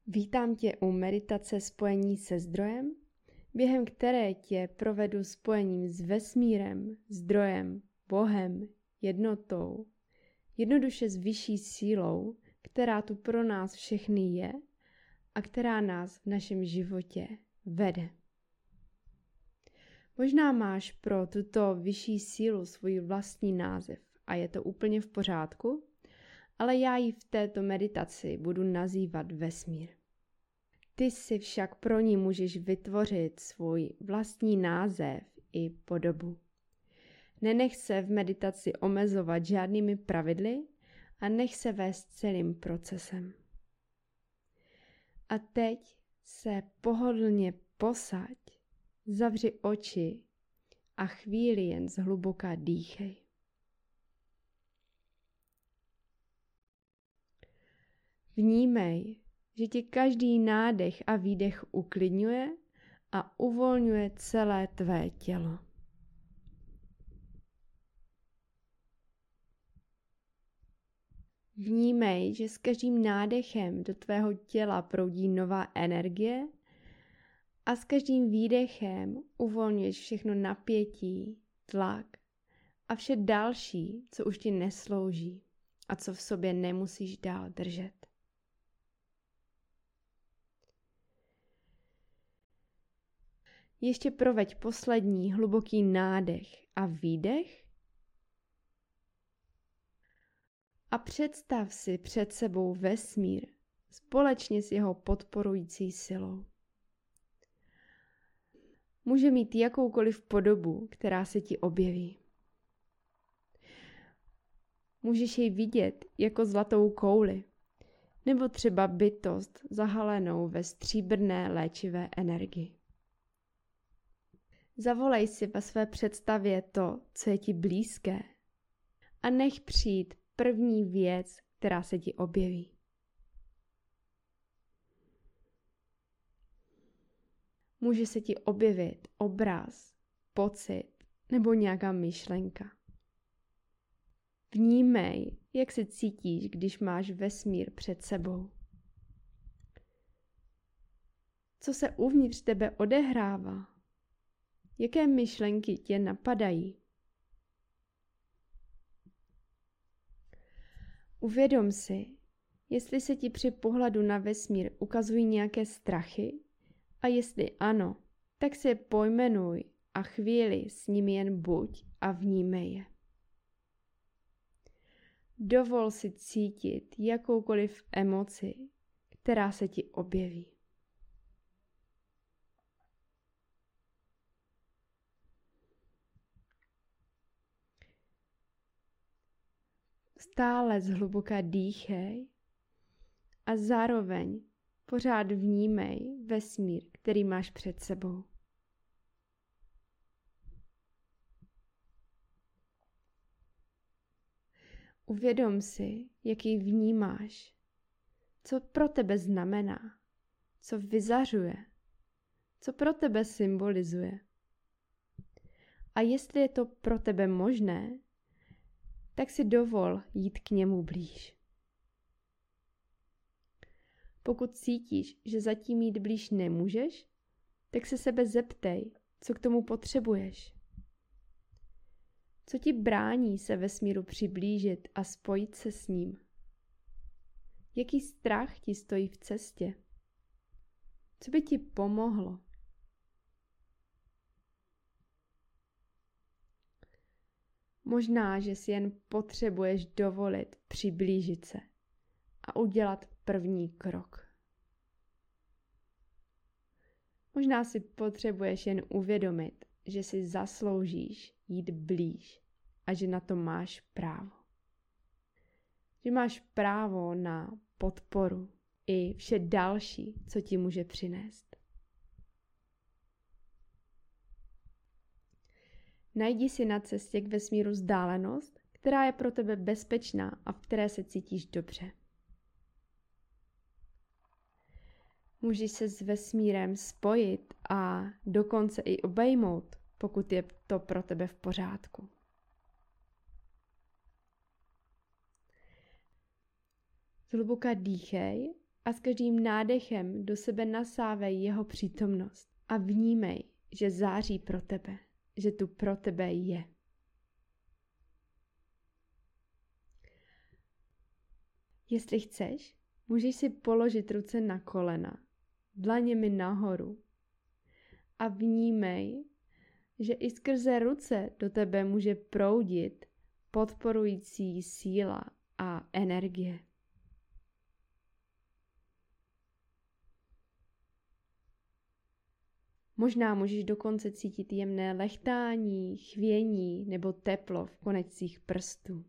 Vítám tě u meditace spojení se zdrojem, během které tě provedu spojením s vesmírem, zdrojem, Bohem, jednotou, jednoduše s vyšší sílou, která tu pro nás všechny je a která nás v našem životě vede. Možná máš pro tuto vyšší sílu svůj vlastní název a je to úplně v pořádku, ale já ji v této meditaci budu nazývat vesmír. Ty si však pro ní můžeš vytvořit svůj vlastní název i podobu. Nenech se v meditaci omezovat žádnými pravidly a nech se vést celým procesem. A teď se pohodlně posaď, zavři oči a chvíli jen zhluboka dýchej. Vnímej, že ti každý nádech a výdech uklidňuje a uvolňuje celé tvé tělo. Vnímej, že s každým nádechem do tvého těla proudí nová energie a s každým výdechem uvolňuješ všechno napětí, tlak a vše další, co už ti neslouží a co v sobě nemusíš dál držet. Ještě proveď poslední hluboký nádech a výdech a představ si před sebou vesmír společně s jeho podporující silou. Může mít jakoukoliv podobu, která se ti objeví. Můžeš jej vidět jako zlatou kouli, nebo třeba bytost zahalenou ve stříbrné léčivé energii. Zavolej si ve své představě to, co je ti blízké, a nech přijít první věc, která se ti objeví. Může se ti objevit obraz, pocit nebo nějaká myšlenka. Vnímej, jak se cítíš, když máš vesmír před sebou. Co se uvnitř tebe odehrává? Jaké myšlenky tě napadají? Uvědom si, jestli se ti při pohledu na vesmír ukazují nějaké strachy a jestli ano, tak si je pojmenuj a chvíli s nimi jen buď a vnímej je. Dovol si cítit jakoukoliv emoci, která se ti objeví. Stále zhluboka dýchej a zároveň pořád vnímej vesmír, který máš před sebou. Uvědom si, jak ji vnímáš, co pro tebe znamená, co vyzařuje, co pro tebe symbolizuje. A jestli je to pro tebe možné, tak si dovol jít k němu blíž. Pokud cítíš, že zatím jít blíž nemůžeš, tak se sebe zeptej, co k tomu potřebuješ. Co ti brání se vesmíru přiblížit a spojit se s ním? Jaký strach ti stojí v cestě? Co by ti pomohlo? Možná, že si jen potřebuješ dovolit přiblížit se a udělat první krok. Možná si potřebuješ jen uvědomit, že si zasloužíš jít blíž a že na to máš právo. Že máš právo na podporu i vše další, co ti může přinést. Najdi si na cestě k vesmíru vzdálenost, která je pro tebe bezpečná a v které se cítíš dobře. Můžeš se s vesmírem spojit a dokonce i obejmout, pokud je to pro tebe v pořádku. Zhluboka dýchej A s každým nádechem do sebe nasávej jeho přítomnost a vnímej, že září pro tebe, že tu pro tebe je. Jestli chceš, můžeš si položit ruce na kolena, dlaněmi nahoru a vnímej, že i skrze ruce do tebe může proudit podporující síla a energie. Možná můžeš dokonce cítit jemné lechtání, chvění nebo teplo v konečcích prstů.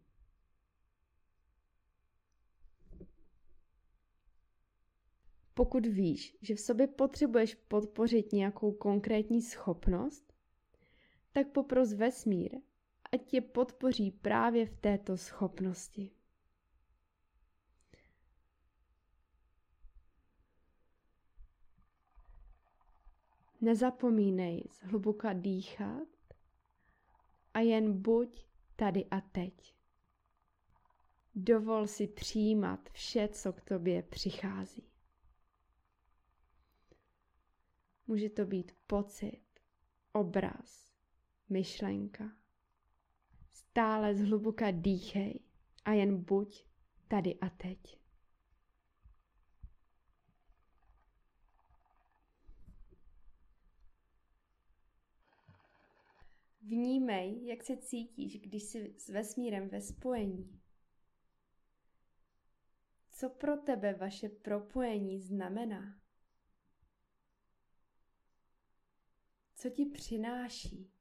Pokud víš, že v sobě potřebuješ podpořit nějakou konkrétní schopnost, tak popros vesmír, ať tě podpoří právě v této schopnosti. Nezapomínej zhluboka dýchat a jen buď tady a teď. Dovol si přijímat vše, co k tobě přichází. Může to být pocit, obraz, myšlenka. Stále zhluboka dýchej a jen buď tady a teď. Vnímej, jak se cítíš, když jsi s vesmírem ve spojení. Co pro tebe vaše propojení znamená? Co ti přináší?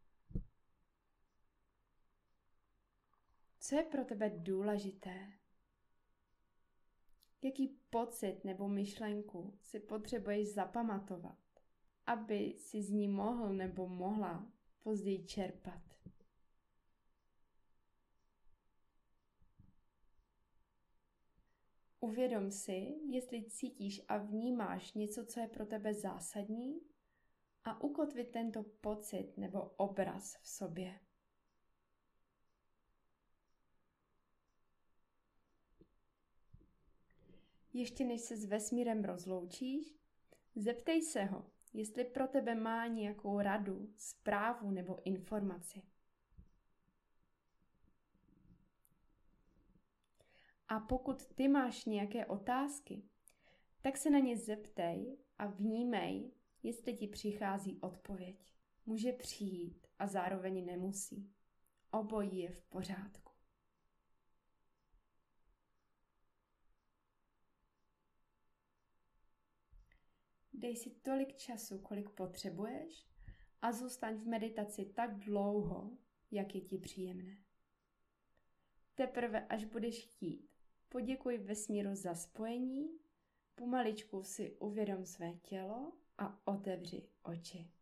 Co je pro tebe důležité? Jaký pocit nebo myšlenku si potřebuješ zapamatovat, aby si z ní mohl nebo mohla později čerpat? Uvědom si, jestli cítíš a vnímáš něco, co je pro tebe zásadní, a ukotvit tento pocit nebo obraz v sobě. Ještě než se s vesmírem rozloučíš, zeptej se ho, jestli pro tebe má nějakou radu, zprávu nebo informaci. A pokud ty máš nějaké otázky, tak se na ně zeptej a vnímej, jestli ti přichází odpověď. Může přijít a zároveň nemusí. Obojí je v pořádku. Dej si tolik času, kolik potřebuješ, a zůstaň v meditaci tak dlouho, jak je ti příjemné. Teprve až budeš chtít, poděkuj vesmíru za spojení, pomaličku si uvědom své tělo a otevři oči.